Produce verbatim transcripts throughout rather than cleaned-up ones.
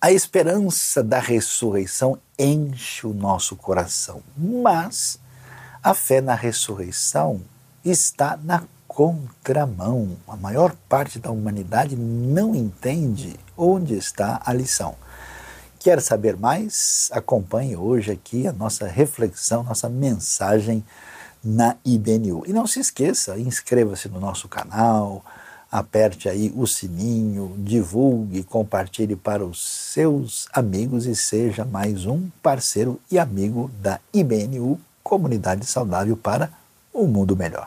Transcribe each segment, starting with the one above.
A esperança da ressurreição enche o nosso coração, mas a fé na ressurreição está na contramão. A maior parte da humanidade não entende onde está a lição. Quer saber mais? Acompanhe hoje aqui a nossa reflexão, nossa mensagem na I B N U. E não se esqueça, inscreva-se no nosso canal, aperte aí o sininho, divulgue, compartilhe para os seus amigos e seja mais um parceiro e amigo da I B N U, Comunidade Saudável para um Mundo Melhor.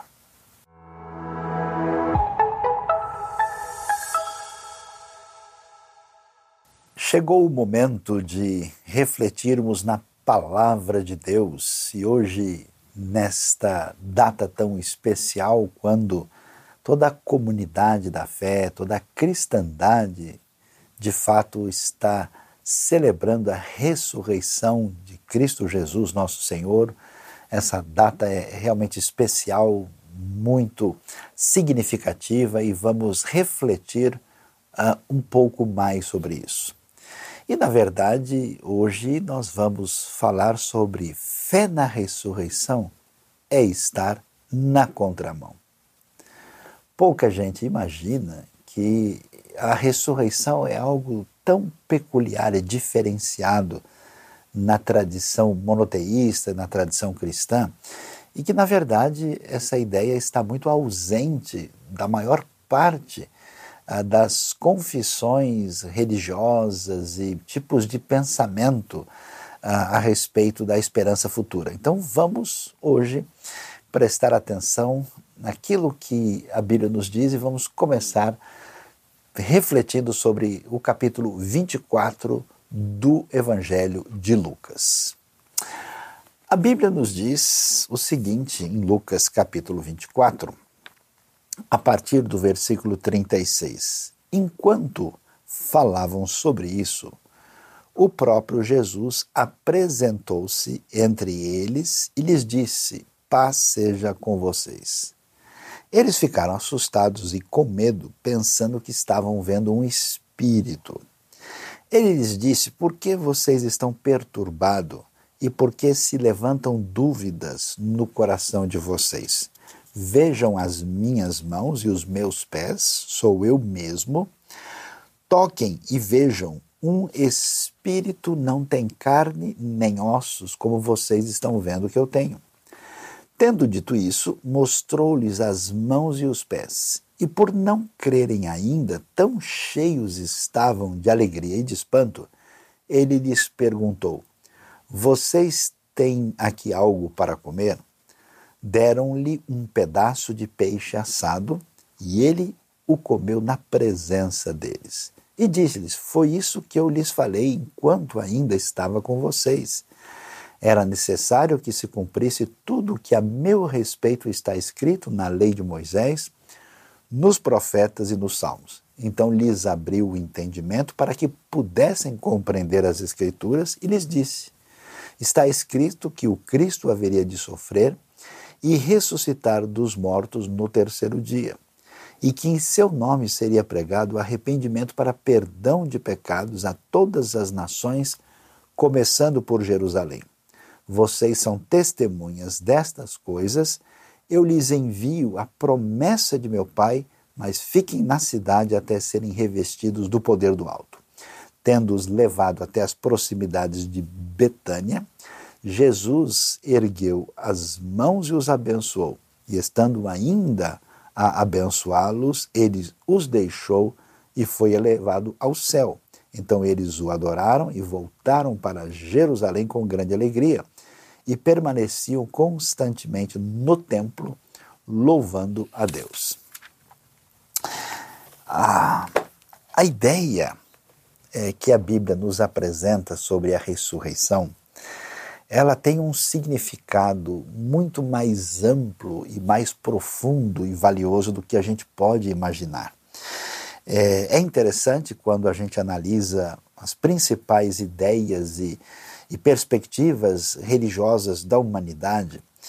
Chegou o momento de refletirmos na Palavra de Deus e hoje, nesta data tão especial, quando toda a comunidade da fé, toda a cristandade, de fato está celebrando a ressurreição de Cristo Jesus, nosso Senhor. Essa data é realmente especial, muito significativa e vamos refletir uh, um pouco mais sobre isso. E, na verdade, hoje nós vamos falar sobre fé na ressurreição é estar na contramão. Pouca gente imagina que a ressurreição é algo tão peculiar e diferenciado na tradição monoteísta, na tradição cristã, e que, na verdade, essa ideia está muito ausente da maior parte das confissões religiosas e tipos de pensamento a, a respeito da esperança futura. Então vamos hoje prestar atenção naquilo que a Bíblia nos diz e vamos começar refletindo sobre o capítulo vinte e quatro do Evangelho de Lucas. A Bíblia nos diz o seguinte em Lucas capítulo vinte e quatro, a partir do versículo trinta e seis. Enquanto falavam sobre isso, o próprio Jesus apresentou-se entre eles e lhes disse: paz seja com vocês. Eles ficaram assustados e com medo, pensando que estavam vendo um espírito. Ele lhes disse: por que vocês estão perturbados e por que se levantam dúvidas no coração de vocês? Vejam as minhas mãos e os meus pés, sou eu mesmo. Toquem e vejam, um espírito não tem carne nem ossos, como vocês estão vendo que eu tenho. Tendo dito isso, mostrou-lhes as mãos e os pés. E por não crerem ainda, tão cheios estavam de alegria e de espanto, ele lhes perguntou: vocês têm aqui algo para comer? Deram-lhe um pedaço de peixe assado e ele o comeu na presença deles. E disse-lhes: foi isso que eu lhes falei enquanto ainda estava com vocês. Era necessário que se cumprisse tudo o que a meu respeito está escrito na lei de Moisés, nos profetas e nos salmos. Então lhes abriu o entendimento para que pudessem compreender as Escrituras e lhes disse: está escrito que o Cristo haveria de sofrer e ressuscitar dos mortos no terceiro dia, e que em seu nome seria pregado arrependimento para perdão de pecados a todas as nações, começando por Jerusalém. Vocês são testemunhas destas coisas, eu lhes envio a promessa de meu Pai, mas fiquem na cidade até serem revestidos do poder do alto. Tendo-os levado até as proximidades de Betânia, Jesus ergueu as mãos e os abençoou, e estando ainda a abençoá-los, ele os deixou e foi elevado ao céu. Então eles o adoraram e voltaram para Jerusalém com grande alegria, e permaneciam constantemente no templo, louvando a Deus. A, a ideia é, que a Bíblia nos apresenta sobre a ressurreição, ela tem um significado muito mais amplo e mais profundo e valioso do que a gente pode imaginar. É, é interessante quando a gente analisa as principais ideias e, e perspectivas religiosas da humanidade,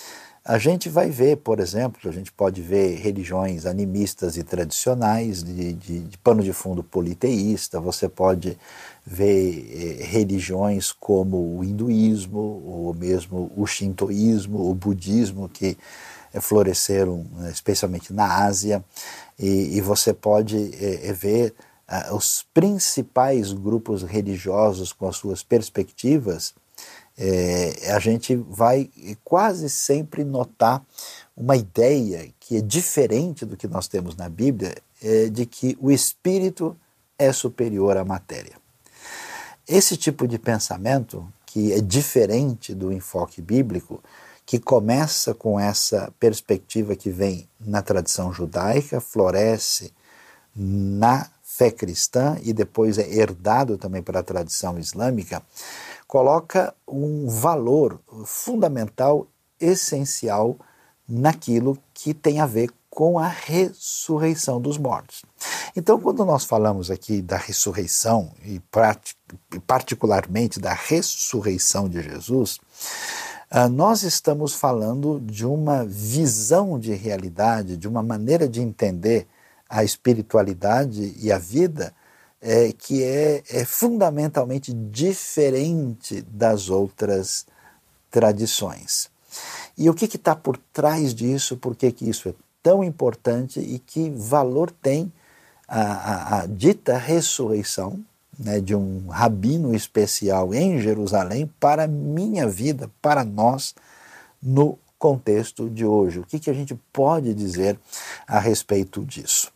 A gente vai ver, por exemplo, a gente pode ver religiões animistas e tradicionais, de, de, de pano de fundo politeísta, você pode ver eh, religiões como o hinduísmo, ou mesmo o shintoísmo, o budismo, que eh, floresceram eh, especialmente na Ásia, e, e você pode eh, ver ah, os principais grupos religiosos com as suas perspectivas. É, a gente vai quase sempre notar uma ideia que é diferente do que nós temos na Bíblia, é, de que o espírito é superior à matéria. Esse tipo de pensamento, que é diferente do enfoque bíblico, que começa com essa perspectiva que vem na tradição judaica, floresce na fé cristã e depois é herdado também para a tradição islâmica, coloca um valor fundamental, essencial, naquilo que tem a ver com a ressurreição dos mortos. Então, quando nós falamos aqui da ressurreição, e particularmente da ressurreição de Jesus, nós estamos falando de uma visão de realidade, de uma maneira de entender a espiritualidade e a vida, É, que é, é fundamentalmente diferente das outras tradições. E o que está por trás disso, por que, que isso é tão importante e que valor tem a, a, a dita ressurreição, né, de um rabino especial em Jerusalém para a minha vida, para nós, no contexto de hoje. O que, que a gente pode dizer a respeito disso?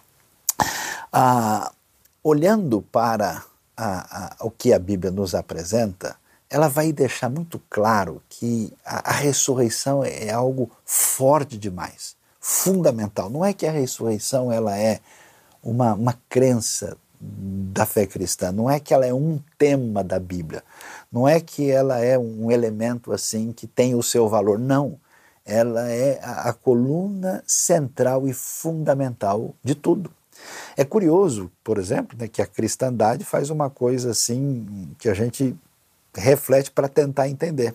Ah, Olhando para a, a, o que a Bíblia nos apresenta, ela vai deixar muito claro que a, a ressurreição é algo forte demais, fundamental. Não é que a ressurreição ela é uma, uma crença da fé cristã, não é que ela é um tema da Bíblia, não é que ela é um elemento assim que tem o seu valor, não. Ela é a, a coluna central e fundamental de tudo. É curioso, por exemplo, né, que a cristandade faz uma coisa assim que a gente reflete para tentar entender.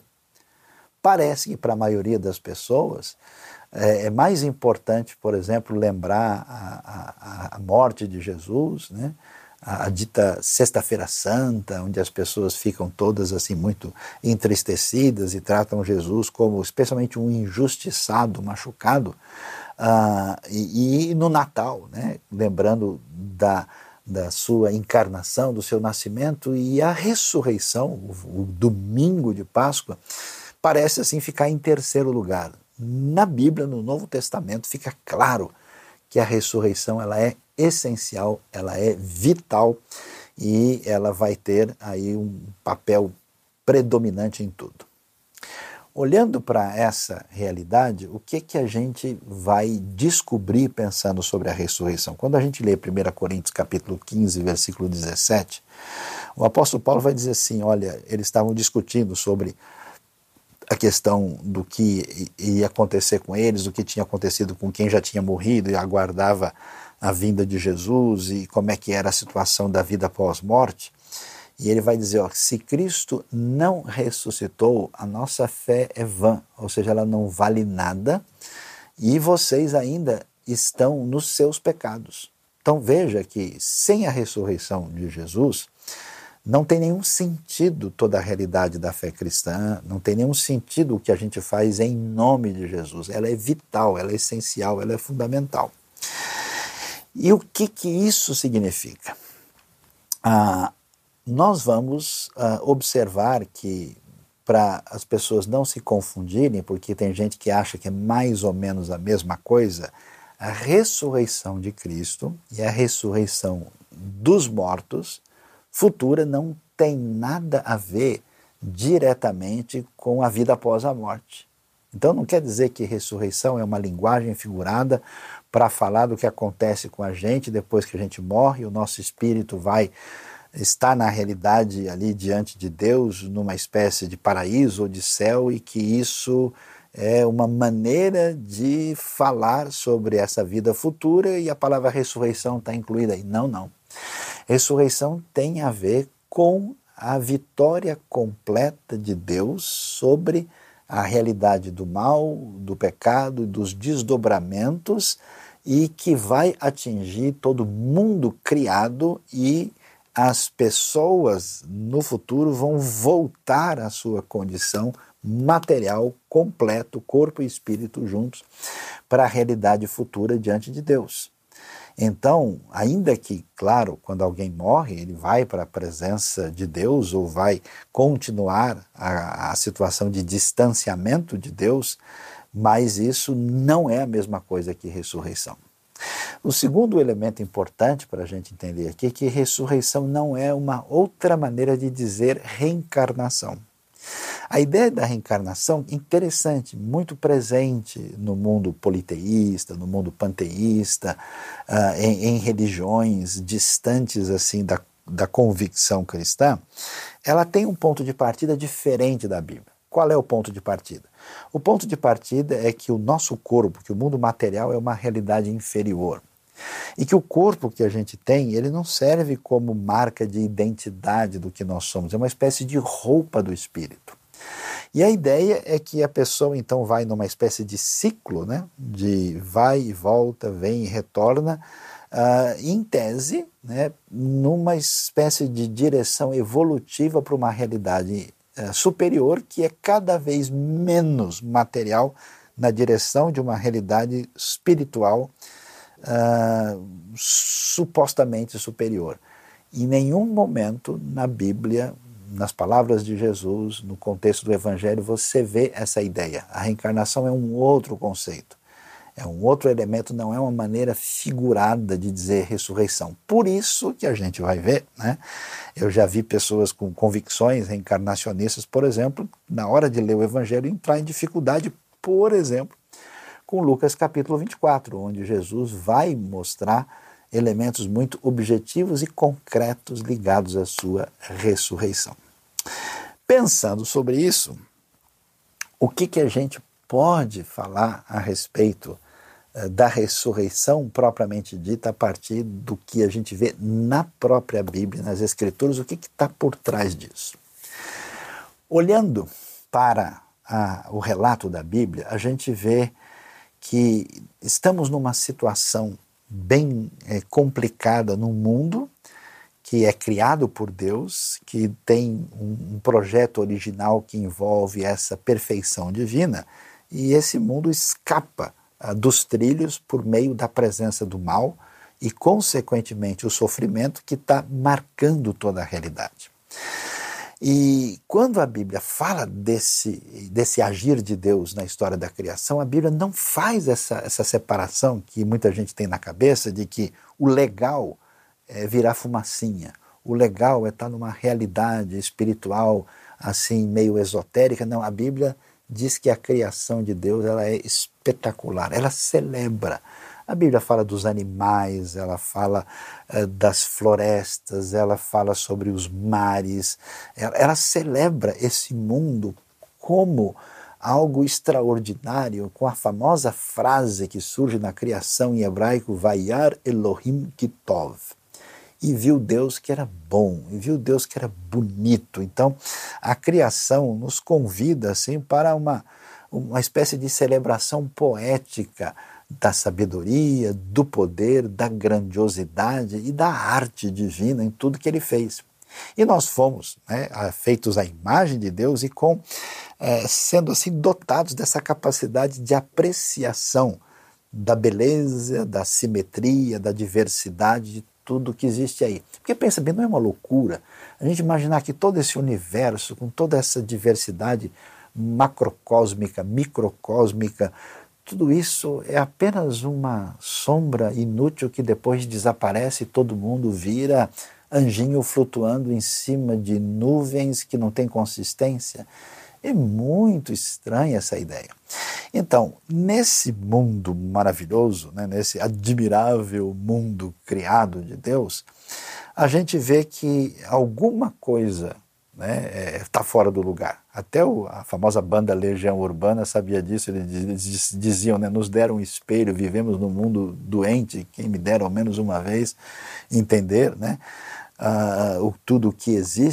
Parece que para a maioria das pessoas é, é mais importante, por exemplo, lembrar a, a, a morte de Jesus, né, a, a dita Sexta-feira Santa, onde as pessoas ficam todas assim muito entristecidas e tratam Jesus como especialmente um injustiçado, machucado. Ah, e, e no Natal, né, lembrando da, da sua encarnação, do seu nascimento, e a ressurreição, o, o domingo de Páscoa, parece assim ficar em terceiro lugar. Na Bíblia, no Novo Testamento, fica claro que a ressurreição ela é essencial, ela é vital e ela vai ter aí um papel predominante em tudo. Olhando para essa realidade, o que, que a gente vai descobrir pensando sobre a ressurreição? Quando a gente lê primeira Coríntios capítulo quinze, versículo dezessete, o apóstolo Paulo vai dizer assim, olha, eles estavam discutindo sobre a questão do que ia acontecer com eles, do que tinha acontecido com quem já tinha morrido e aguardava a vinda de Jesus e como é que era a situação da vida pós-morte. E ele vai dizer, ó, se Cristo não ressuscitou, a nossa fé é vã, ou seja, ela não vale nada e vocês ainda estão nos seus pecados. Então veja que sem a ressurreição de Jesus, não tem nenhum sentido toda a realidade da fé cristã, não tem nenhum sentido o que a gente faz em nome de Jesus. Ela é vital, ela é essencial, ela é fundamental. E o que, que isso significa? Ah, nós vamos uh, observar que, para as pessoas não se confundirem, porque tem gente que acha que é mais ou menos a mesma coisa, a ressurreição de Cristo e a ressurreição dos mortos futura não tem nada a ver diretamente com a vida após a morte. Então não quer dizer que ressurreição é uma linguagem figurada para falar do que acontece com a gente depois que a gente morre, o nosso espírito vai está na realidade ali diante de Deus, numa espécie de paraíso ou de céu, e que isso é uma maneira de falar sobre essa vida futura e a palavra ressurreição está incluída aí. Não, não. Ressurreição tem a ver com a vitória completa de Deus sobre a realidade do mal, do pecado, dos desdobramentos, e que vai atingir todo mundo criado, e as pessoas no futuro vão voltar à sua condição material, completo, corpo e espírito juntos, para a realidade futura diante de Deus. Então, ainda que, claro, quando alguém morre, ele vai para a presença de Deus ou vai continuar a, a situação de distanciamento de Deus, mas isso não é a mesma coisa que ressurreição. O segundo elemento importante para a gente entender aqui é que ressurreição não é uma outra maneira de dizer reencarnação. A ideia da reencarnação é interessante, muito presente no mundo politeísta, no mundo panteísta, uh, em, em religiões distantes assim da, da convicção cristã. Ela tem um ponto de partida diferente da Bíblia. Qual é o ponto de partida? O ponto de partida é que o nosso corpo, que o mundo material é uma realidade inferior. E que o corpo que a gente tem, ele não serve como marca de identidade do que nós somos, é uma espécie de roupa do espírito. E a ideia é que a pessoa então vai numa espécie de ciclo, né, de vai e volta, vem e retorna, uh, em tese, né, numa espécie de direção evolutiva para uma realidade uh, superior, que é cada vez menos material, na direção de uma realidade espiritual Uh, supostamente superior. Em nenhum momento na Bíblia, nas palavras de Jesus, no contexto do Evangelho, você vê essa ideia. A reencarnação é um outro conceito, é um outro elemento, não é uma maneira figurada de dizer ressurreição. Por isso que a gente vai ver, né? Eu já vi pessoas com convicções reencarnacionistas, por exemplo, na hora de ler o Evangelho, entrar em dificuldade, por exemplo, com Lucas capítulo vinte e quatro, onde Jesus vai mostrar elementos muito objetivos e concretos ligados à sua ressurreição. Pensando sobre isso, o que, que a gente pode falar a respeito uh, da ressurreição propriamente dita a partir do que a gente vê na própria Bíblia, nas Escrituras, o que está por trás disso? Olhando para a, o relato da Bíblia, a gente vê que estamos numa situação bem é, complicada num mundo que é criado por Deus, que tem um, um projeto original que envolve essa perfeição divina, e esse mundo escapa ah, dos trilhos por meio da presença do mal e, consequentemente, o sofrimento que está marcando toda a realidade. E quando a Bíblia fala desse, desse agir de Deus na história da criação, a Bíblia não faz essa, essa separação que muita gente tem na cabeça de que o legal é virar fumacinha, o legal é estar numa realidade espiritual assim meio esotérica. Não, a Bíblia diz que a criação de Deus ela é espetacular, ela celebra. A Bíblia fala dos animais, ela fala uh, das florestas, ela fala sobre os mares, ela, ela celebra esse mundo como algo extraordinário, com a famosa frase que surge na criação em hebraico, Vayar Elohim Kitov. E viu Deus que era bom, e viu Deus que era bonito. Então, a criação nos convida assim, para uma, uma espécie de celebração poética da sabedoria, do poder, da grandiosidade e da arte divina em tudo que ele fez. E nós fomos né, feitos à imagem de Deus e com, é, sendo assim dotados dessa capacidade de apreciação da beleza, da simetria, da diversidade de tudo que existe aí. Porque pensa bem, não é uma loucura a gente imaginar que todo esse universo, com toda essa diversidade macrocósmica, microcósmica, tudo isso é apenas uma sombra inútil que depois desaparece e todo mundo vira anjinho flutuando em cima de nuvens que não tem consistência. É muito estranha essa ideia. Então, nesse mundo maravilhoso, né, nesse admirável mundo criado de Deus, a gente vê que alguma coisa está né, é, fora do lugar. Até o, a famosa banda Legião Urbana sabia disso, eles diziam, né, nos deram um espelho, vivemos num mundo doente, quem me dera ao menos uma vez entender né, uh, o, tudo o que existe.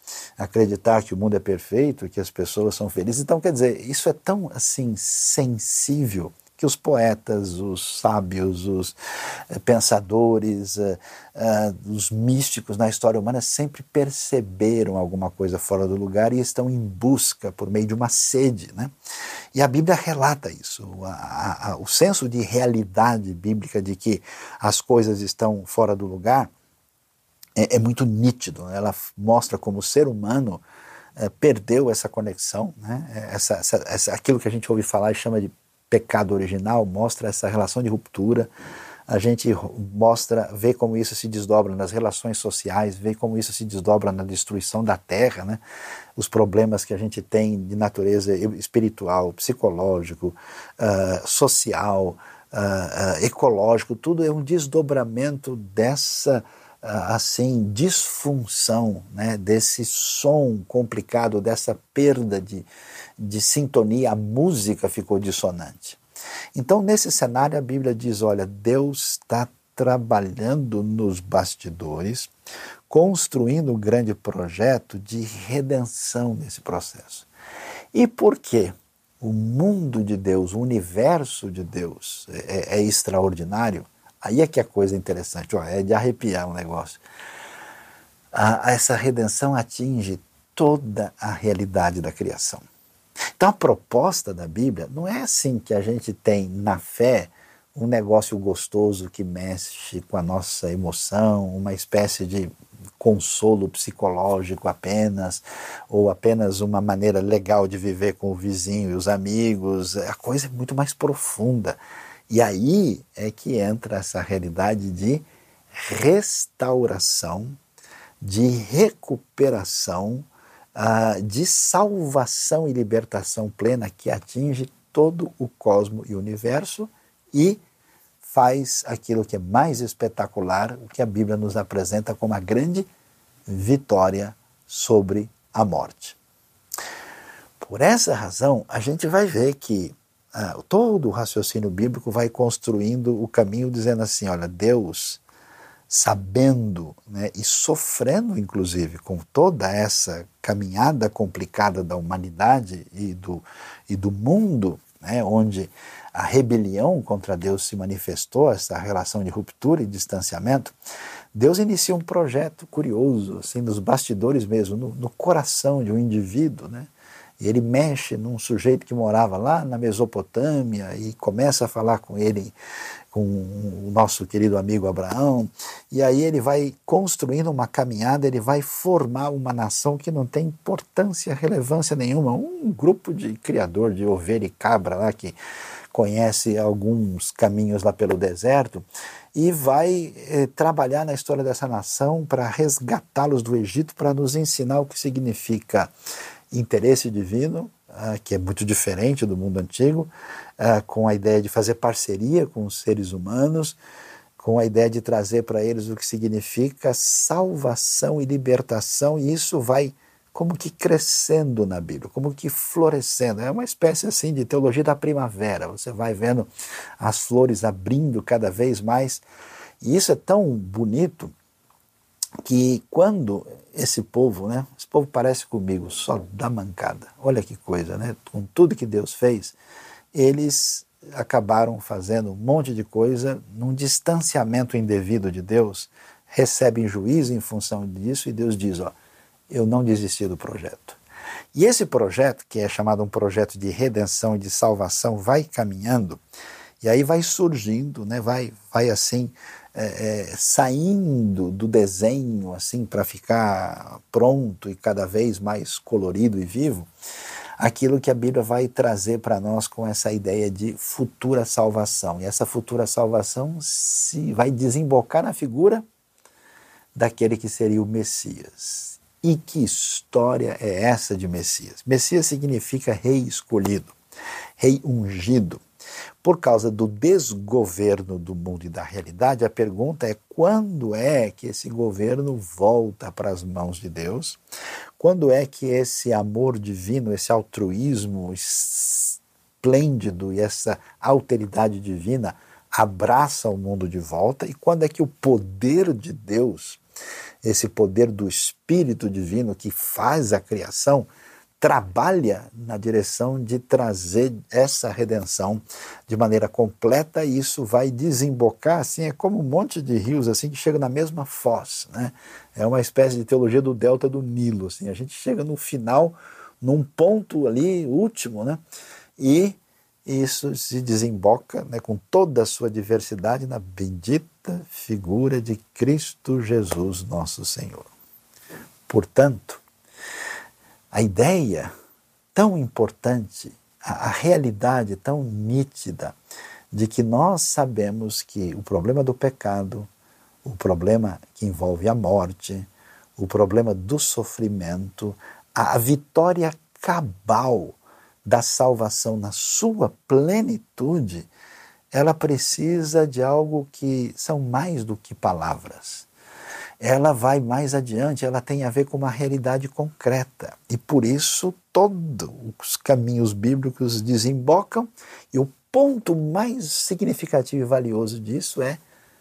acreditar que o mundo é perfeito, que as pessoas são felizes. Então, quer dizer, isso é tão assim sensível que os poetas, os sábios, os eh, pensadores, eh, eh, os místicos na história humana sempre perceberam alguma coisa fora do lugar e estão em busca por meio de uma sede, né? E a Bíblia relata isso, a, a, o senso de realidade bíblica de que as coisas estão fora do lugar é, é muito nítido. Ela mostra como o ser humano é, perdeu essa conexão, né? essa, essa, essa, aquilo que a gente ouve falar e chama de pecado original, mostra essa relação de ruptura. A gente mostra, vê como isso se desdobra nas relações sociais, vê como isso se desdobra na destruição da terra, né? Os problemas que a gente tem de natureza espiritual, psicológico, uh, social, uh, uh, ecológico, tudo é um desdobramento dessa uh, assim disfunção, né? Desse som complicado, dessa perda de, de sintonia. A música ficou dissonante. Então, nesse cenário, a Bíblia diz, olha, Deus está trabalhando nos bastidores, construindo um grande projeto de redenção nesse processo. E por quê? O mundo de Deus, o universo de Deus é, é extraordinário. Aí é que a coisa é interessante, ó, é de arrepiar o negócio. Ah, essa redenção atinge toda a realidade da criação. Então a proposta da Bíblia não é assim que a gente tem na fé um negócio gostoso que mexe com a nossa emoção, uma espécie de consolo psicológico apenas, ou apenas uma maneira legal de viver com o vizinho e os amigos. A coisa é muito mais profunda. E aí é que entra essa realidade de restauração, de recuperação, Uh, de salvação e libertação plena que atinge todo o cosmo e o universo e faz aquilo que é mais espetacular, o que a Bíblia nos apresenta como a grande vitória sobre a morte. Por essa razão, a gente vai ver que uh, todo o raciocínio bíblico vai construindo o caminho dizendo assim, olha, Deus, sabendo, né, e sofrendo inclusive com toda essa caminhada complicada da humanidade e do, e do mundo, né, onde a rebelião contra Deus se manifestou, essa relação de ruptura e distanciamento, Deus inicia um projeto curioso, assim, nos bastidores mesmo, no, no coração de um indivíduo, né? E ele mexe num sujeito que morava lá na Mesopotâmia e começa a falar com ele, com o nosso querido amigo Abraão, e aí ele vai construindo uma caminhada, ele vai formar uma nação que não tem importância, relevância nenhuma, um grupo de criador de ovelha e cabra lá que conhece alguns caminhos lá pelo deserto, e vai eh, trabalhar na história dessa nação para resgatá-los do Egito, para nos ensinar o que significa interesse divino, uh, que é muito diferente do mundo antigo, uh, com a ideia de fazer parceria com os seres humanos, com a ideia de trazer para eles o que significa salvação e libertação, e isso vai como que crescendo na Bíblia, como que florescendo. É uma espécie assim de teologia da primavera, você vai vendo as flores abrindo cada vez mais, e isso é tão bonito que quando esse povo, né, esse povo parece comigo, só dá mancada, olha que coisa, né, com tudo que Deus fez, eles acabaram fazendo um monte de coisa, num distanciamento indevido de Deus, recebem juízo em função disso, e Deus diz, ó, eu não desisti do projeto. E esse projeto, que é chamado um projeto de redenção e de salvação, vai caminhando, e aí vai surgindo, né, vai, vai assim, É, é, saindo do desenho assim para ficar pronto e cada vez mais colorido e vivo, aquilo que a Bíblia vai trazer para nós com essa ideia de futura salvação. E essa futura salvação se vai desembocar na figura daquele que seria o Messias. E que história é essa de Messias? Messias significa rei escolhido, rei ungido. Por causa do desgoverno do mundo e da realidade, a pergunta é quando é que esse governo volta para as mãos de Deus? Quando é que esse amor divino, esse altruísmo esplêndido e essa alteridade divina abraça o mundo de volta? E quando é que o poder de Deus esse poder do Espírito Divino que faz a criação, trabalha na direção de trazer essa redenção de maneira completa, e isso vai desembocar, assim, é como um monte de rios assim que chega na mesma foz, né? É uma espécie de teologia do delta do Nilo, assim, a gente chega no final, num ponto ali último, né? E isso se desemboca, né, com toda a sua diversidade na bendita figura de Cristo Jesus, nosso Senhor. Portanto, a ideia tão importante, a, a realidade tão nítida de que nós sabemos que o problema do pecado, o problema que envolve a morte, o problema do sofrimento, a, a vitória cabal da salvação na sua plenitude, ela precisa de algo que são mais do que palavras. Ela vai mais adiante, ela tem a ver com uma realidade concreta. E por isso todos os caminhos bíblicos desembocam, e o ponto mais significativo e valioso disso é: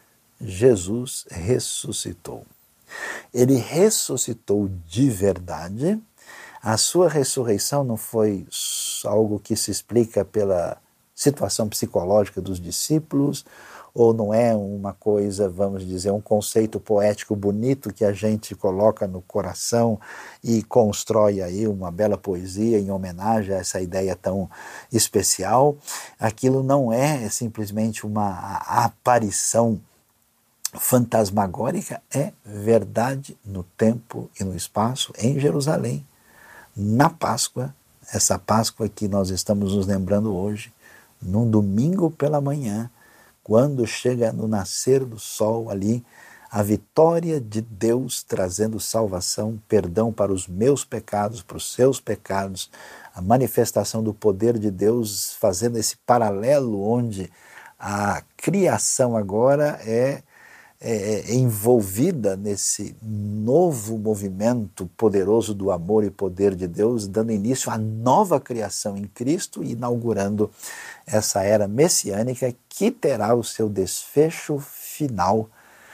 Jesus ressuscitou. Ele ressuscitou de verdade. A sua ressurreição não foi algo que se explica pela situação psicológica dos discípulos, ou não é uma coisa, vamos dizer, um conceito poético bonito que a gente coloca no coração e constrói aí uma bela poesia em homenagem a essa ideia tão especial. Aquilo não é simplesmente uma aparição fantasmagórica, é verdade no tempo e no espaço, em Jerusalém, na Páscoa, essa Páscoa que nós estamos nos lembrando hoje, num domingo pela manhã, quando chega no nascer do sol ali, a vitória de Deus trazendo salvação, perdão para os meus pecados, para os seus pecados, a manifestação do poder de Deus fazendo esse paralelo onde a criação agora é, é, é envolvida nesse novo movimento poderoso do amor e poder de Deus, dando início à nova criação em Cristo e inaugurando essa era messiânica que terá o seu desfecho final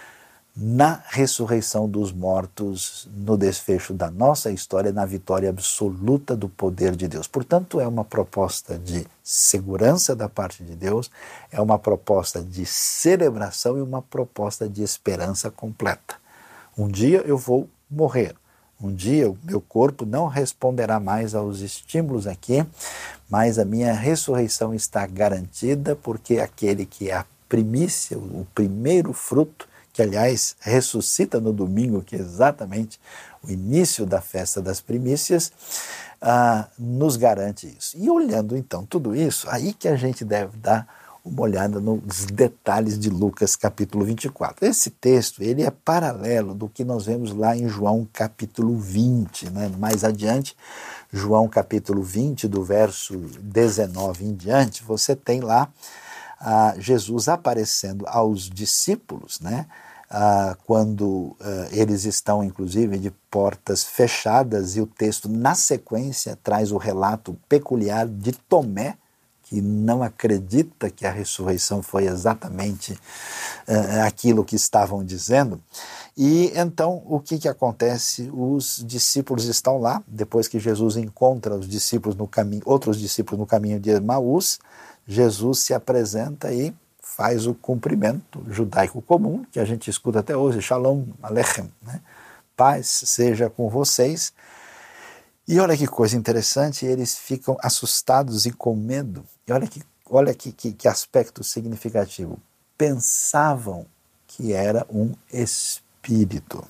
na ressurreição dos mortos, no desfecho da nossa história, na vitória absoluta do poder de Deus. Portanto, é uma proposta de segurança da parte de Deus, é uma proposta de celebração e uma proposta de esperança completa. Um dia eu vou morrer. Um dia o meu corpo não responderá mais aos estímulos aqui, mas a minha ressurreição está garantida, porque aquele que é a primícia, o primeiro fruto, que aliás ressuscita no domingo, que é exatamente o início da festa das primícias, ah, nos garante isso. E olhando então tudo isso, aí que a gente deve dar uma olhada nos detalhes de Lucas capítulo vinte e quatro. Esse texto ele é paralelo do que nós vemos lá em João capítulo vinte, né? Mais adiante, João capítulo vinte, do verso dezenove em diante, você tem lá ah, Jesus aparecendo aos discípulos, né? Ah, quando ah, eles estão inclusive de portas fechadas, e o texto na sequência traz o relato peculiar de Tomé, que não acredita que a ressurreição foi exatamente uh, aquilo que estavam dizendo. E então o que, que acontece? Os discípulos estão lá, depois que Jesus encontra os discípulos no caminho, outros discípulos no caminho de Emaús, Jesus se apresenta e faz o cumprimento judaico comum, que a gente escuta até hoje, Shalom Aleichem, né? Paz seja com vocês. E olha que coisa interessante, eles ficam assustados e com medo. E olha que, olha que, que, que aspecto significativo. Pensavam que era um espírito.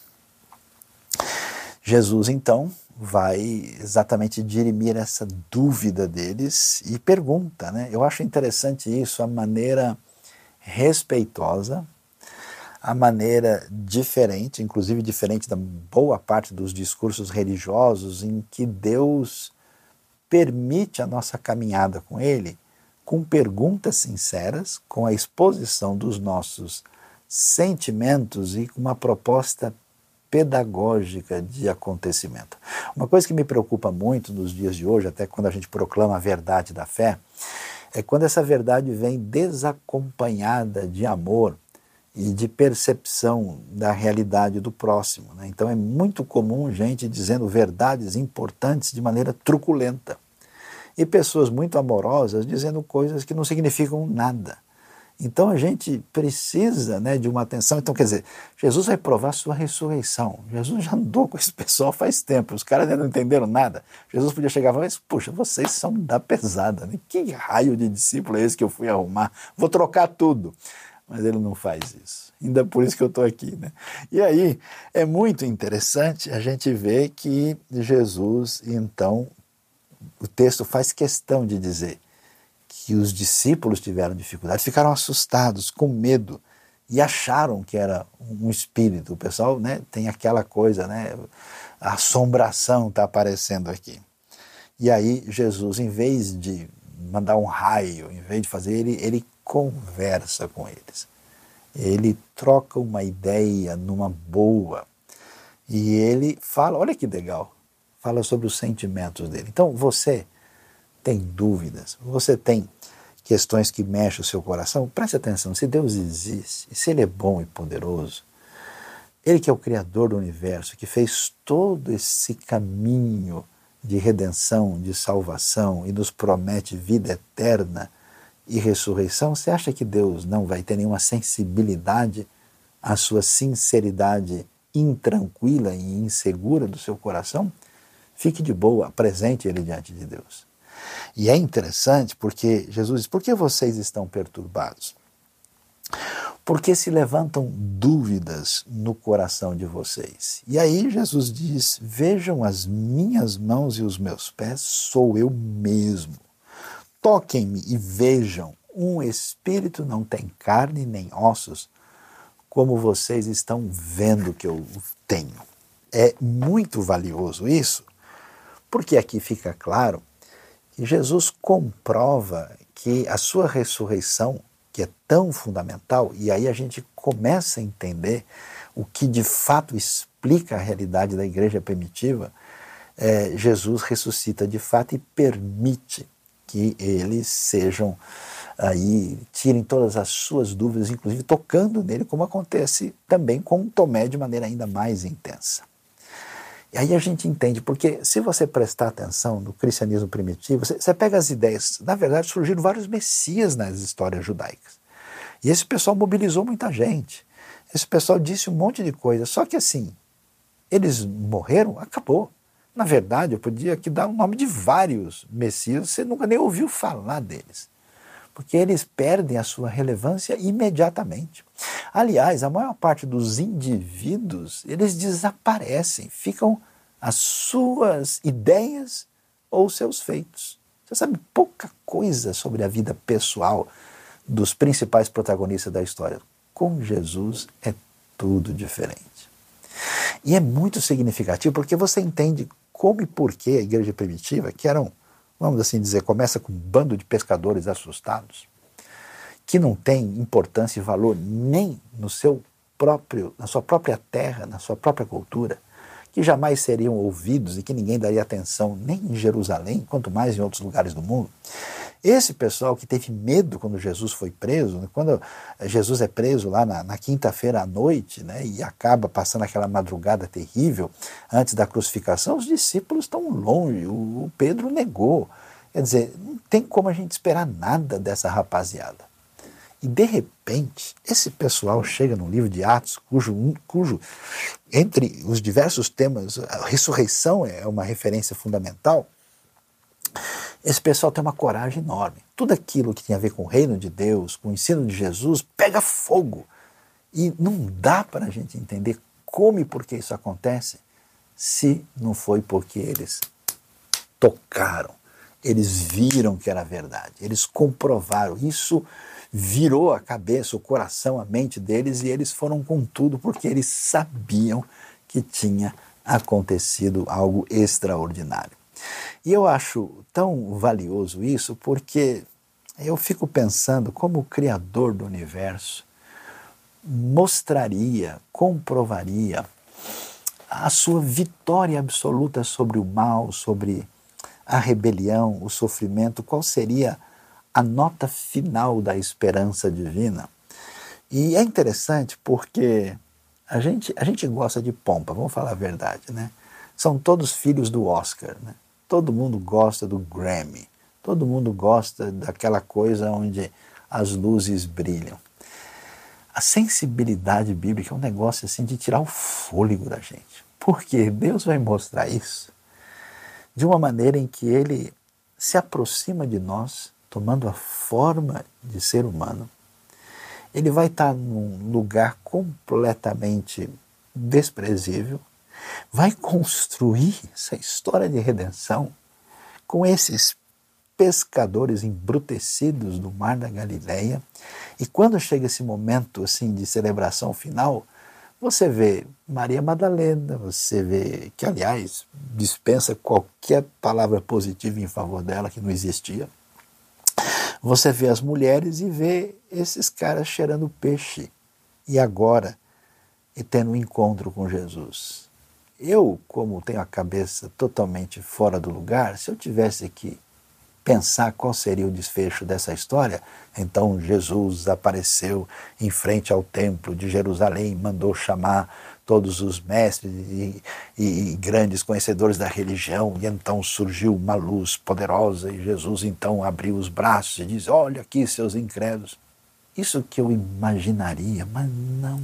Jesus, então, vai exatamente dirimir essa dúvida deles e pergunta, né? Eu acho interessante isso, a maneira respeitosa, a maneira diferente, inclusive diferente da boa parte dos discursos religiosos, em que Deus permite a nossa caminhada com Ele, com perguntas sinceras, com a exposição dos nossos sentimentos e com uma proposta pedagógica de acontecimento. Uma coisa que me preocupa muito nos dias de hoje, até quando a gente proclama a verdade da fé, é quando essa verdade vem desacompanhada de amor e de percepção da realidade do próximo, né? Então é muito comum gente dizendo verdades importantes de maneira truculenta e pessoas muito amorosas dizendo coisas que não significam nada. Então a gente precisa, né, de uma atenção. Então, quer dizer, Jesus vai provar a sua ressurreição. Jesus já andou com esse pessoal faz tempo, os caras ainda não entenderam nada. Jesus podia chegar e falar, mas, puxa, vocês são da pesada, né? Que raio de discípulo é esse que eu fui arrumar? Vou trocar tudo. Mas ele não faz isso. Ainda por isso que eu estou aqui, né? E aí é muito interessante a gente ver que Jesus, então, o texto faz questão de dizer que os discípulos tiveram dificuldade, ficaram assustados, com medo, e acharam que era um espírito. O pessoal, né, tem aquela coisa, né, a assombração está aparecendo aqui. E aí Jesus, em vez de mandar um raio, em vez de fazer, ele, ele conversa com eles. Ele troca uma ideia numa boa. E ele fala, olha que legal, fala sobre os sentimentos dele. Então você tem dúvidas, você tem questões que mexem o seu coração, preste atenção, se Deus existe, se Ele é bom e poderoso, Ele que é o Criador do universo, que fez todo esse caminho de redenção, de salvação e nos promete vida eterna e ressurreição, você acha que Deus não vai ter nenhuma sensibilidade à sua sinceridade intranquila e insegura do seu coração? Fique de boa, apresente Ele diante de Deus. E é interessante porque Jesus diz, por que vocês estão perturbados? Porque se levantam dúvidas no coração de vocês. E aí Jesus diz, vejam as minhas mãos e os meus pés, sou eu mesmo. Toquem-me e vejam, um espírito não tem carne nem ossos, como vocês estão vendo que eu tenho. É muito valioso isso, porque aqui fica claro que Jesus comprova que a sua ressurreição, que é tão fundamental, e aí a gente começa a entender o que de fato explica a realidade da igreja primitiva, é, Jesus ressuscita de fato e permite que eles sejam aí, tirem todas as suas dúvidas, inclusive tocando nele, como acontece também com Tomé de maneira ainda mais intensa. E aí a gente entende, porque se você prestar atenção no cristianismo primitivo, você, você pega as ideias, na verdade surgiram vários messias nas histórias judaicas. E esse pessoal mobilizou muita gente. Esse pessoal disse um monte de coisa, só que assim, eles morreram, acabou. Na verdade, eu podia aqui dar o nome de vários messias, você nunca nem ouviu falar deles. Porque eles perdem a sua relevância imediatamente. Aliás, a maior parte dos indivíduos, eles desaparecem, ficam as suas ideias ou seus feitos. Você sabe pouca coisa sobre a vida pessoal dos principais protagonistas da história. Com Jesus é tudo diferente. E é muito significativo porque você entende como e por que a igreja primitiva, que eram, vamos assim dizer, começa com um bando de pescadores assustados, que não tem importância e valor nem no seu próprio, na sua própria terra, na sua própria cultura, que jamais seriam ouvidos e que ninguém daria atenção nem em Jerusalém, quanto mais em outros lugares do mundo. Esse pessoal que teve medo quando Jesus foi preso, quando Jesus é preso lá na, na quinta-feira à noite, né, e acaba passando aquela madrugada terrível antes da crucificação, os discípulos estão longe, o, o Pedro negou. Quer dizer, não tem como a gente esperar nada dessa rapaziada. E de repente, esse pessoal chega no livro de Atos, cujo, cujo entre os diversos temas, a ressurreição é uma referência fundamental. Esse pessoal tem uma coragem enorme. Tudo aquilo que tem a ver com o reino de Deus, com o ensino de Jesus, pega fogo. E não dá para a gente entender como e por que isso acontece, se não foi porque eles tocaram, eles viram que era verdade, eles comprovaram. Isso virou a cabeça, o coração, a mente deles, e eles foram com tudo porque eles sabiam que tinha acontecido algo extraordinário. E eu acho tão valioso isso porque eu fico pensando como o Criador do universo mostraria, comprovaria a sua vitória absoluta sobre o mal, sobre a rebelião, o sofrimento, qual seria a nota final da esperança divina, E é interessante porque a gente, a gente gosta de pompa, vamos falar a verdade, né? São todos filhos do Oscar, né? Todo mundo gosta do Grammy, todo mundo gosta daquela coisa onde as luzes brilham. A sensibilidade bíblica é um negócio assim de tirar o fôlego da gente. Porque Deus vai mostrar isso de uma maneira em que Ele se aproxima de nós, tomando a forma de ser humano. Ele vai estar num lugar completamente desprezível, vai construir essa história de redenção com esses pescadores embrutecidos do mar da Galileia, e quando chega esse momento assim de celebração final, você vê Maria Madalena, você vê que, aliás, dispensa qualquer palavra positiva em favor dela, que não existia. Você vê as mulheres e vê esses caras cheirando peixe. E agora, e tendo um encontro com Jesus. Eu, como tenho a cabeça totalmente fora do lugar, se eu tivesse que pensar qual seria o desfecho dessa história, então Jesus apareceu em frente ao templo de Jerusalém, mandou chamar todos os mestres e, e, e grandes conhecedores da religião, e então surgiu uma luz poderosa, e Jesus então abriu os braços e diz: olha aqui, seus incrédulos. Isso que eu imaginaria, mas não.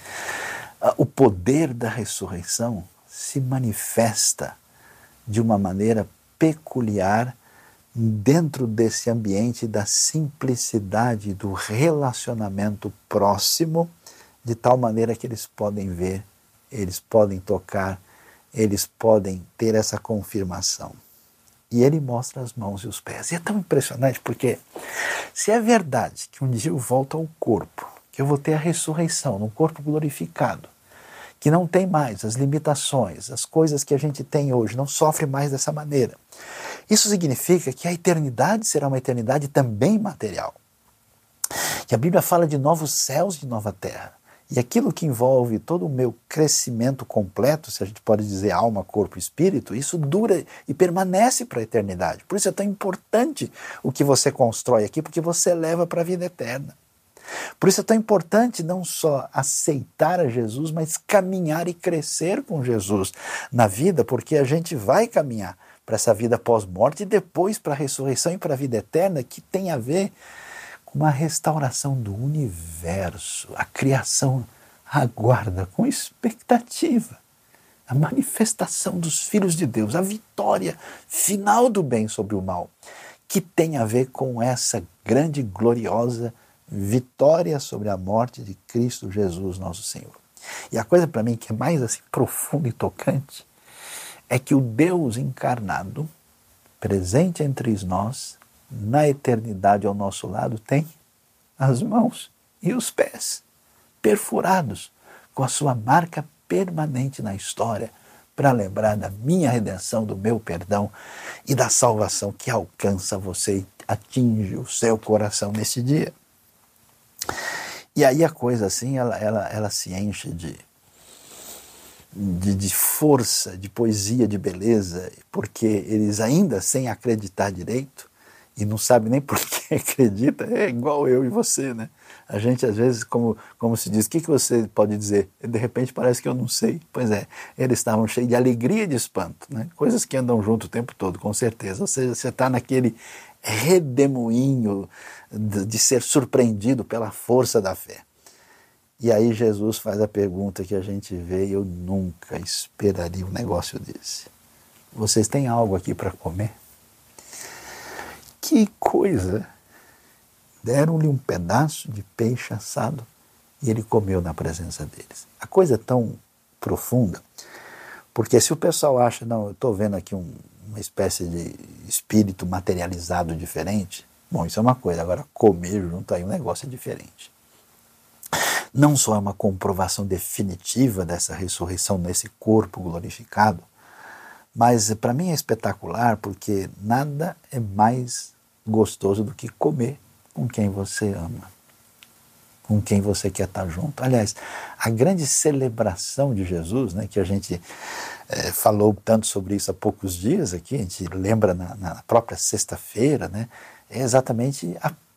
O poder da ressurreição se manifesta de uma maneira peculiar dentro desse ambiente da simplicidade do relacionamento próximo, de tal maneira que eles podem ver, eles podem tocar, eles podem ter essa confirmação. E ele mostra as mãos e os pés. E é tão impressionante porque, se é verdade que um dia eu volto ao corpo, que eu vou ter a ressurreição num corpo glorificado, que não tem mais as limitações, as coisas que a gente tem hoje, não sofre mais dessa maneira. Isso significa que a eternidade será uma eternidade também material. Que a Bíblia fala de novos céus e nova terra. E aquilo que envolve todo o meu crescimento completo, se a gente pode dizer alma, corpo e espírito, isso dura e permanece para a eternidade. Por isso é tão importante o que você constrói aqui, porque você leva para a vida eterna. Por isso é tão importante não só aceitar a Jesus, mas caminhar e crescer com Jesus na vida, porque a gente vai caminhar para essa vida pós-morte e depois para a ressurreição e para a vida eterna, que tem a ver com uma restauração do universo. A criação aguarda com expectativa a manifestação dos filhos de Deus, a vitória final do bem sobre o mal, que tem a ver com essa grande e gloriosa vitória sobre a morte de Cristo Jesus, nosso Senhor. E a coisa para mim que é mais assim profunda e tocante é que o Deus encarnado, presente entre nós, na eternidade ao nosso lado, tem as mãos e os pés perfurados com a sua marca permanente na história, para lembrar da minha redenção, do meu perdão e da salvação que alcança você e atinge o seu coração nesse dia. E aí a coisa assim, ela, ela, ela se enche de, de, de força, de poesia, de beleza, porque eles ainda sem acreditar direito, e não sabe nem por que acredita, é igual eu e você, né? A gente às vezes, como, como se diz, o que, que você pode dizer? De repente parece que eu não sei. Pois é, eles estavam cheios de alegria e de espanto, né? Coisas que andam junto o tempo todo, com certeza. Ou seja, você está naquele redemoinho de, de ser surpreendido pela força da fé. E aí Jesus faz a pergunta que a gente vê e eu nunca esperaria um negócio desse. Vocês têm algo aqui para comer? Que coisa! Deram-lhe um pedaço de peixe assado e ele comeu na presença deles. A coisa é tão profunda, porque se o pessoal acha, não, eu estou vendo aqui um, uma espécie de espírito materializado diferente, bom, isso é uma coisa, agora comer junto aí um negócio é diferente. Não só é uma comprovação definitiva dessa ressurreição nesse corpo glorificado, mas para mim é espetacular porque nada é mais gostoso do que comer com quem você ama, com quem você quer estar junto. Aliás, a grande celebração de Jesus, né, que a gente é, falou tanto sobre isso há poucos dias aqui, a gente lembra na, na própria sexta-feira, né, é exatamente a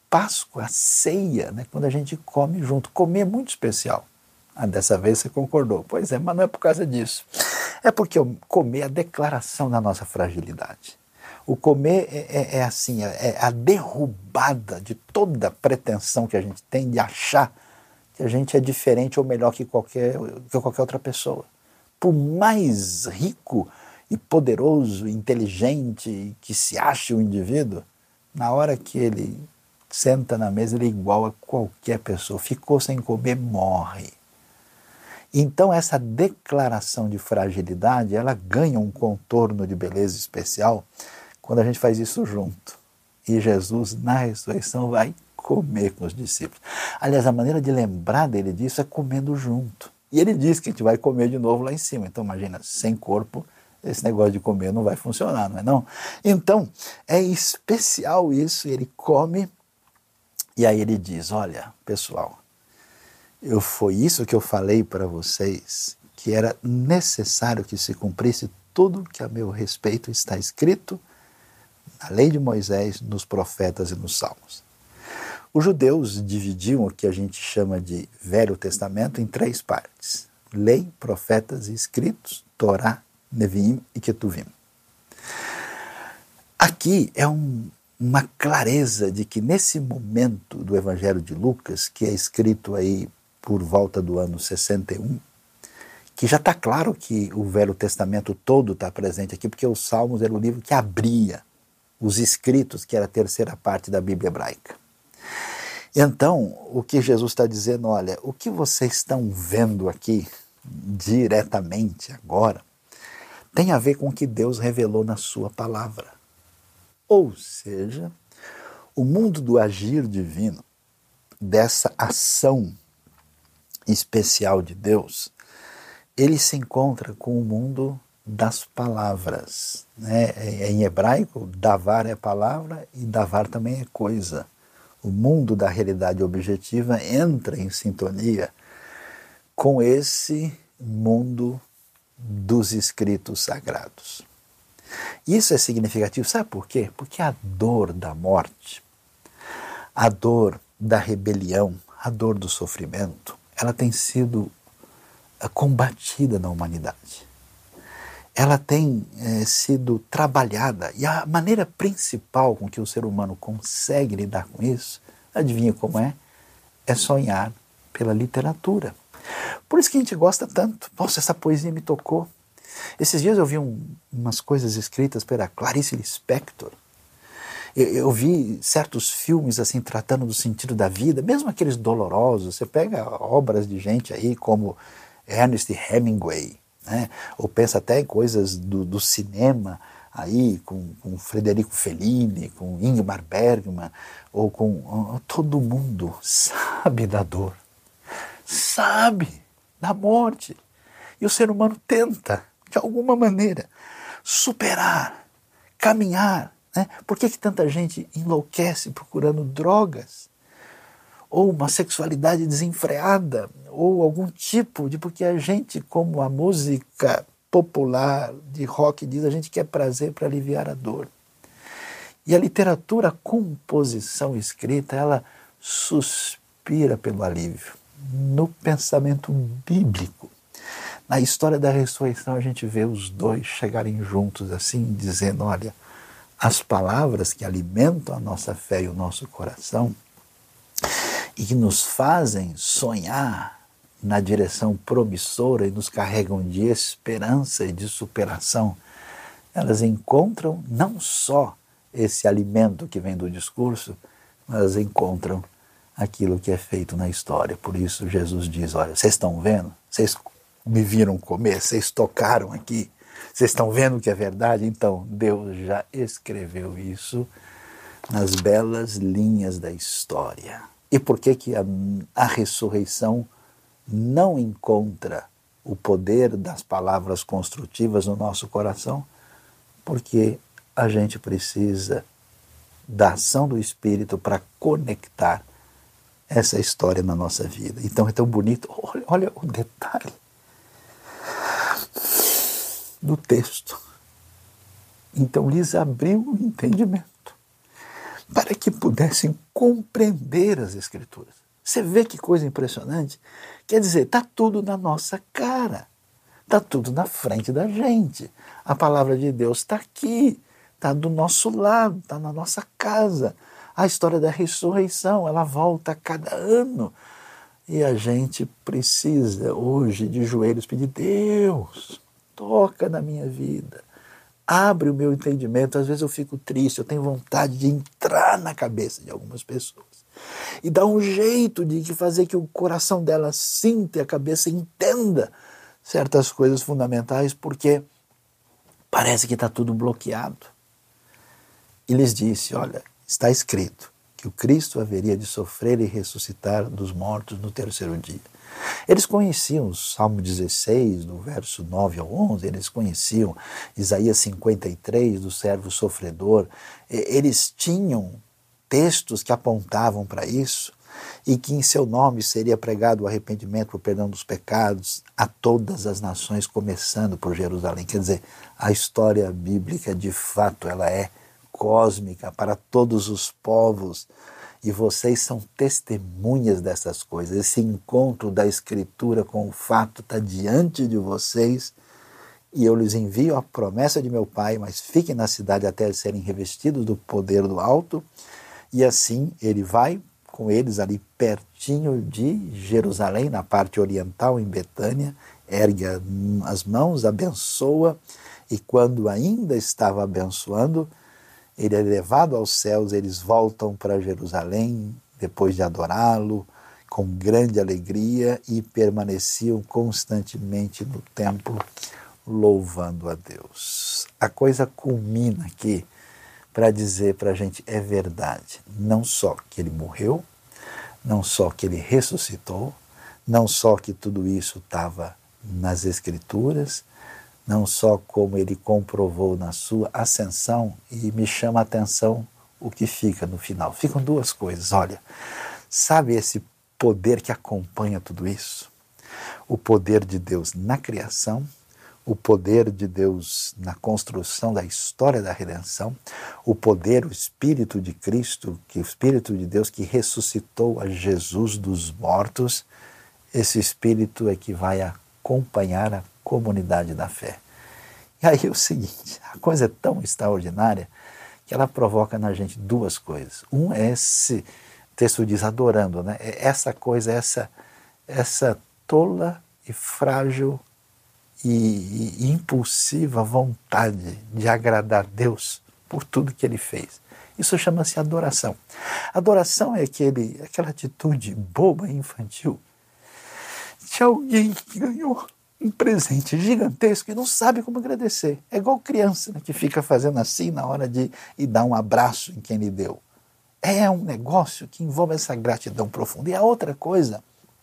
Páscoa, a ceia, né, quando a gente come junto. Comer é muito especial. Ah, dessa vez você concordou. Pois é, mas não é por causa disso. É porque o comer é a declaração da nossa fragilidade. O comer é, é, é assim, é a derrubada de toda a pretensão que a gente tem de achar que a gente é diferente ou melhor que qualquer, que qualquer outra pessoa. Por mais rico e poderoso, inteligente que se ache o indivíduo, na hora que ele senta na mesa, ele é igual a qualquer pessoa. Ficou sem comer, morre. Então essa declaração de fragilidade, ela ganha um contorno de beleza especial quando a gente faz isso junto. E Jesus, na ressurreição, vai comer com os discípulos. Aliás, a maneira de lembrar dele disso é comendo junto. E ele diz que a gente vai comer de novo lá em cima. Então imagina, sem corpo, esse negócio de comer não vai funcionar, não é não? Então, é especial isso, ele come e aí ele diz, olha, pessoal, eu, foi isso que eu falei para vocês, que era necessário que se cumprisse tudo que a meu respeito está escrito na lei de Moisés, nos profetas e nos salmos. Os judeus dividiam o que a gente chama de Velho Testamento em três partes. Lei, profetas e escritos, Torá, Neviim e Ketuvim. Aqui é um, uma clareza de que nesse momento do Evangelho de Lucas, que é escrito aí por volta do ano sessenta e um, que já está claro que o Velho Testamento todo está presente aqui, porque os Salmos era o livro que abria os escritos, que era a terceira parte da Bíblia hebraica. Então, o que Jesus está dizendo, olha, o que vocês estão vendo aqui, diretamente agora, tem a ver com o que Deus revelou na sua palavra. Ou seja, o mundo do agir divino, dessa ação especial de Deus, ele se encontra com o mundo das palavras. Né? Em hebraico, davar é palavra e davar também é coisa. O mundo da realidade objetiva entra em sintonia com esse mundo dos escritos sagrados. Isso é significativo, sabe por quê? Porque a dor da morte, a dor da rebelião, a dor do sofrimento, ela tem sido combatida na humanidade. Ela tem é, sido trabalhada, e a maneira principal com que o ser humano consegue lidar com isso, adivinha como é? É sonhar pela literatura. Por isso que a gente gosta tanto. Nossa, essa poesia me tocou. Esses dias eu vi um, umas coisas escritas pela Clarice Lispector. Eu, eu vi certos filmes assim tratando do sentido da vida, mesmo aqueles dolorosos. Você pega obras de gente aí como Ernest Hemingway, né? Ou pensa até em coisas do, do cinema, aí com, com Frederico Fellini, com Ingmar Bergman, ou com todo mundo sabe da dor, sabe da morte. E o ser humano tenta, de alguma maneira, superar, caminhar. Né? Por que que tanta gente enlouquece procurando drogas? Ou uma sexualidade desenfreada, ou algum tipo de... Porque a gente, como a música popular de rock diz, a gente quer prazer para aliviar a dor. E a literatura, a composição escrita, ela suspira pelo alívio. No pensamento bíblico, na história da ressurreição, a gente vê os dois chegarem juntos assim, dizendo, olha, as palavras que alimentam a nossa fé e o nosso coração e que nos fazem sonhar na direção promissora e nos carregam de esperança e de superação, elas encontram não só esse alimento que vem do discurso, mas elas encontram aquilo que é feito na história. Por isso Jesus diz, olha, vocês estão vendo? Vocês me viram comer? Vocês tocaram aqui? Vocês estão vendo que é verdade? Então, Deus já escreveu isso nas belas linhas da história. E por que que a, a ressurreição não encontra o poder das palavras construtivas no nosso coração? Porque a gente precisa da ação do Espírito para conectar essa história na nossa vida. Então é tão bonito. Olha, olha o detalhe do texto. Então lhes abriu o entendimento para que pudessem compreender as Escrituras. Você vê que coisa impressionante? Quer dizer, está tudo na nossa cara, está tudo na frente da gente. A palavra de Deus está aqui, está do nosso lado, está na nossa casa. A história da ressurreição, ela volta a cada ano. E a gente precisa hoje de joelhos pedir: Deus, toca na minha vida, abre o meu entendimento. Às vezes eu fico triste, eu tenho vontade de entrar na cabeça de algumas pessoas e dar um jeito de fazer que o coração dela sinta e a cabeça entenda certas coisas fundamentais, porque parece que está tudo bloqueado. E lhes disse: olha, está escrito que o Cristo haveria de sofrer e ressuscitar dos mortos no terceiro dia. Eles conheciam o Salmo dezesseis, do verso nove ao onze, eles conheciam Isaías cinquenta e três, do servo sofredor, eles tinham textos que apontavam para isso, e que em seu nome seria pregado o arrependimento, o perdão dos pecados a todas as nações, começando por Jerusalém. Quer dizer, a história bíblica, de fato, ela é cósmica para todos os povos, e vocês são testemunhas dessas coisas. Esse encontro da Escritura com o fato está diante de vocês, e eu lhes envio a promessa de meu Pai, mas fiquem na cidade até serem revestidos do poder do alto. E assim ele vai com eles ali pertinho de Jerusalém, na parte oriental, em Betânia, ergue as mãos, abençoa, e quando ainda estava abençoando, ele é levado aos céus. Eles voltam para Jerusalém, depois de adorá-lo, com grande alegria, e permaneciam constantemente no templo, louvando a Deus. A coisa culmina aqui para dizer para a gente: é verdade, não só que ele morreu, não só que ele ressuscitou, não só que tudo isso estava nas Escrituras, não só como ele comprovou na sua ascensão. E me chama a atenção o que fica no final. Ficam duas coisas, olha, sabe esse poder que acompanha tudo isso? O poder de Deus na criação, o poder de Deus na construção da história da redenção, o poder, o Espírito de Cristo, que o Espírito de Deus que ressuscitou a Jesus dos mortos. Esse Espírito é que vai acompanhar a comunidade da fé. E aí é o seguinte, a coisa é tão extraordinária que ela provoca na gente duas coisas. Um é esse, o texto diz, adorando, né? É essa coisa, essa, essa tola e frágil e, e impulsiva vontade de agradar a Deus por tudo que ele fez. Isso chama-se adoração. Adoração é aquele, aquela atitude boba e infantil de alguém que ganhou um presente gigantesco e não sabe como agradecer. É igual criança, né, que fica fazendo assim na hora de ir dar um abraço em quem lhe deu. É um negócio que envolve essa gratidão profunda. E a outra coisa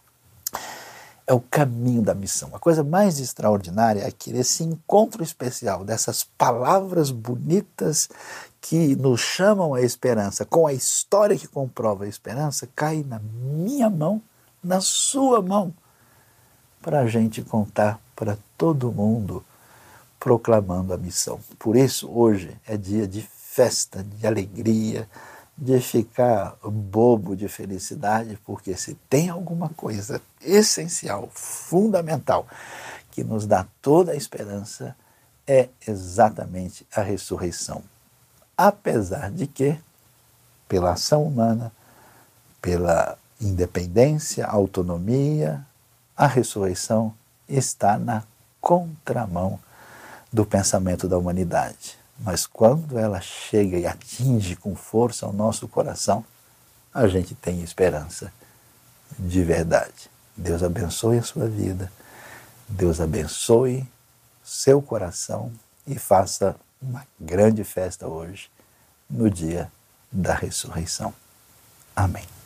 é o caminho da missão. A coisa mais extraordinária é que esse encontro especial dessas palavras bonitas que nos chamam à esperança, com a história que comprova a esperança, cai na minha mão, na sua mão, para a gente contar para todo mundo, proclamando a missão. Por isso, hoje é dia de festa, de alegria, de ficar bobo de felicidade, porque se tem alguma coisa essencial, fundamental, que nos dá toda a esperança, é exatamente a ressurreição. Apesar de que, pela ação humana, pela independência, autonomia, a ressurreição está na contramão do pensamento da humanidade. Mas quando ela chega e atinge com força o nosso coração, a gente tem esperança de verdade. Deus abençoe a sua vida, Deus abençoe seu coração e faça uma grande festa hoje, no dia da ressurreição. Amém.